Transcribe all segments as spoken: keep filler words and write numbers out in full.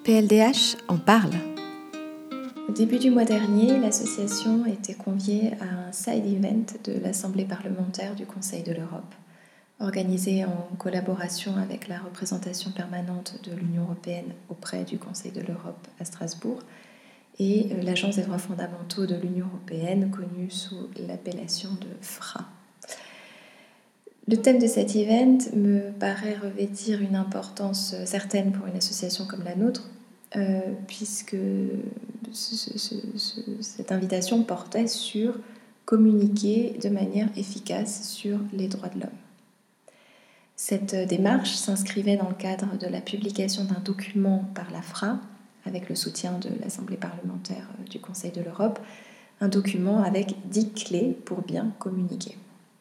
P L D H en parle. Au début du mois dernier, l'association était conviée à un side event de l'Assemblée parlementaire du Conseil de l'Europe, organisé en collaboration avec la représentation permanente de l'Union européenne auprès du Conseil de l'Europe à Strasbourg et l'Agence des droits fondamentaux de l'Union européenne, connue sous l'appellation de F R A. Le thème de cet event me paraît revêtir une importance certaine pour une association comme la nôtre, euh, puisque ce, ce, ce, cette invitation portait sur communiquer de manière efficace sur les droits de l'homme. Cette démarche s'inscrivait dans le cadre de la publication d'un document par la F R A, avec le soutien de l'Assemblée parlementaire du Conseil de l'Europe, un document avec dix clés pour bien communiquer.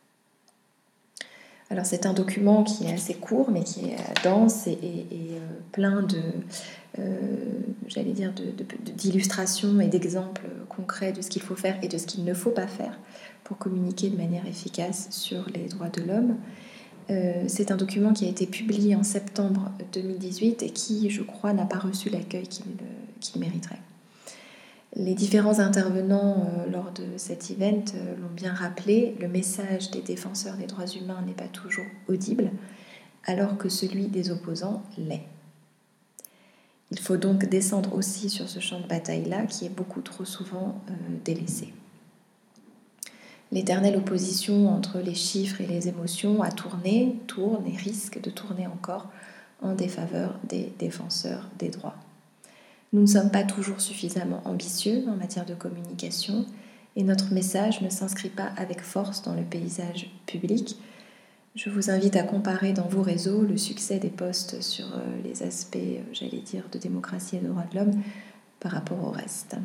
Alors c'est un document qui est assez court, mais qui est dense et, et, et euh, plein de, euh, j'allais dire, de, de, d'illustrations et d'exemples concrets de ce qu'il faut faire et de ce qu'il ne faut pas faire pour communiquer de manière efficace sur les droits de l'homme. Euh, c'est un document qui a été publié en septembre deux mille dix-huit et qui, je crois, n'a pas reçu l'accueil qu'il, qu'il mériterait. Les différents intervenants euh, lors de cet event euh, l'ont bien rappelé, le message des défenseurs des droits humains n'est pas toujours audible, alors que celui des opposants l'est. Il faut donc descendre aussi sur ce champ de bataille-là qui est beaucoup trop souvent euh, délaissé. L'éternelle opposition entre les chiffres et les émotions a tourné, tourne et risque de tourner encore en défaveur des défenseurs des droits. Nous ne sommes pas toujours suffisamment ambitieux en matière de communication et notre message ne s'inscrit pas avec force dans le paysage public. Je vous invite à comparer dans vos réseaux le succès des posts sur les aspects, j'allais dire, de démocratie et de droits de l'homme par rapport au reste.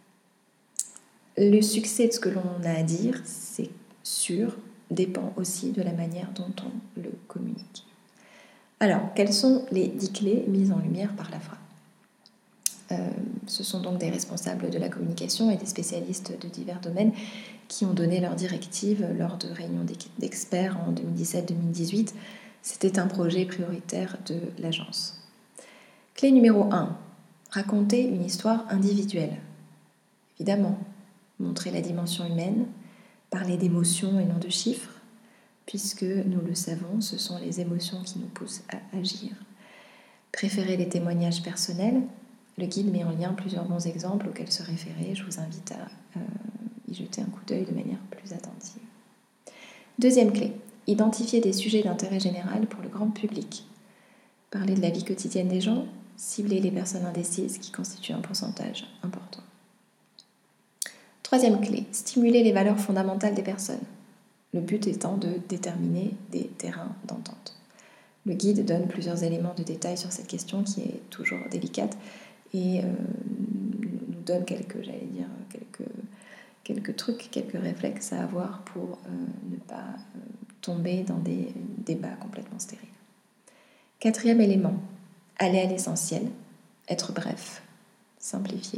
Le succès de ce que l'on a à dire, c'est sûr, dépend aussi de la manière dont on le communique. Alors, quelles sont les dix clés mises en lumière par la F R A ? Euh, ce sont donc des responsables de la communication et des spécialistes de divers domaines qui ont donné leurs directives lors de réunions d'experts en deux mille dix-sept deux mille dix-huit. C'était un projet prioritaire de l'agence. Clé numéro un, raconter une histoire individuelle. Évidemment, montrer la dimension humaine, parler d'émotions et non de chiffres, puisque nous le savons, ce sont les émotions qui nous poussent à agir. Préférer les témoignages personnels. Le guide met en lien plusieurs bons exemples auxquels se référer. Je vous invite à euh, y jeter un coup d'œil de manière plus attentive. Deuxième clé, identifier des sujets d'intérêt général pour le grand public. Parler de la vie quotidienne des gens, cibler les personnes indécises qui constituent un pourcentage important. Troisième clé, stimuler les valeurs fondamentales des personnes. Le but étant de déterminer des terrains d'entente. Le guide donne plusieurs éléments de détail sur cette question qui est toujours délicate et euh, nous donne quelques, j'allais dire, quelques, quelques trucs, quelques réflexes à avoir pour euh, ne pas euh, tomber dans des débats complètement stériles. Quatrième élément, aller à l'essentiel, être bref, simplifier.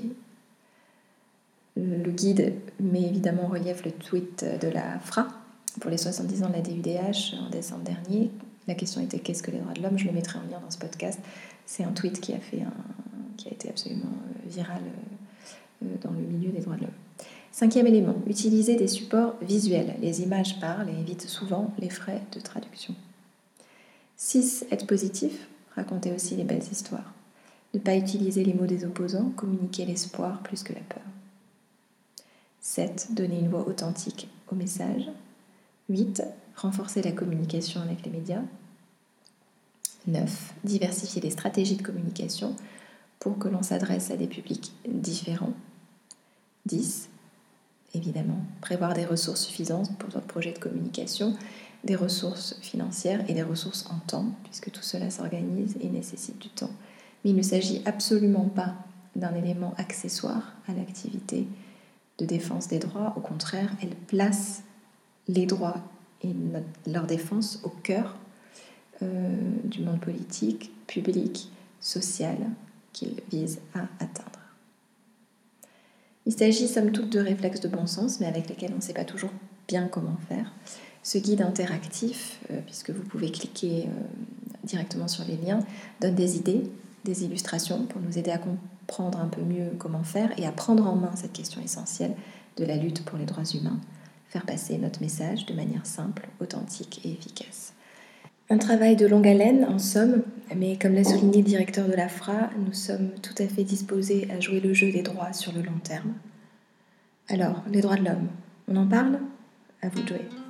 Le guide met évidemment en relief le tweet de la F R A pour les soixante-dix ans de la D U D H en décembre dernier. La question était « Qu'est-ce que les droits de l'homme ?» Je le mettrai en lien dans ce podcast. C'est un tweet qui a, fait un, qui a été absolument viral dans le milieu des droits de l'homme. Cinquième élément, utiliser des supports visuels. Les images parlent et évitent souvent les frais de traduction. Six, être positif, raconter aussi les belles histoires. Ne pas utiliser les mots des opposants, communiquer l'espoir plus que la peur. Sept, donner une voix authentique au message. Huit, renforcer la communication avec les médias. Neuf, diversifier les stratégies de communication pour que l'on s'adresse à des publics différents. Dix, évidemment, prévoir des ressources suffisantes pour votre projet de communication, des ressources financières et des ressources en temps, puisque tout cela s'organise et nécessite du temps. Mais il ne s'agit absolument pas d'un élément accessoire à l'activité de défense des droits. Au contraire, elle place les droits et notre, leur défense au cœur euh, du monde politique, public, social qu'ils visent à atteindre. Il s'agit somme toute de réflexes de bon sens, mais avec lesquels on ne sait pas toujours bien comment faire. Ce guide interactif, euh, puisque vous pouvez cliquer euh, directement sur les liens, donne des idées, des illustrations pour nous aider à comprendre un peu mieux comment faire et à prendre en main cette question essentielle de la lutte pour les droits humains, faire passer notre message de manière simple, authentique et efficace. Un travail de longue haleine, en somme, mais comme l'a souligné le directeur de l'A F R A, nous sommes tout à fait disposés à jouer le jeu des droits sur le long terme. Alors, les droits de l'homme, on en parle ? À vous de jouer.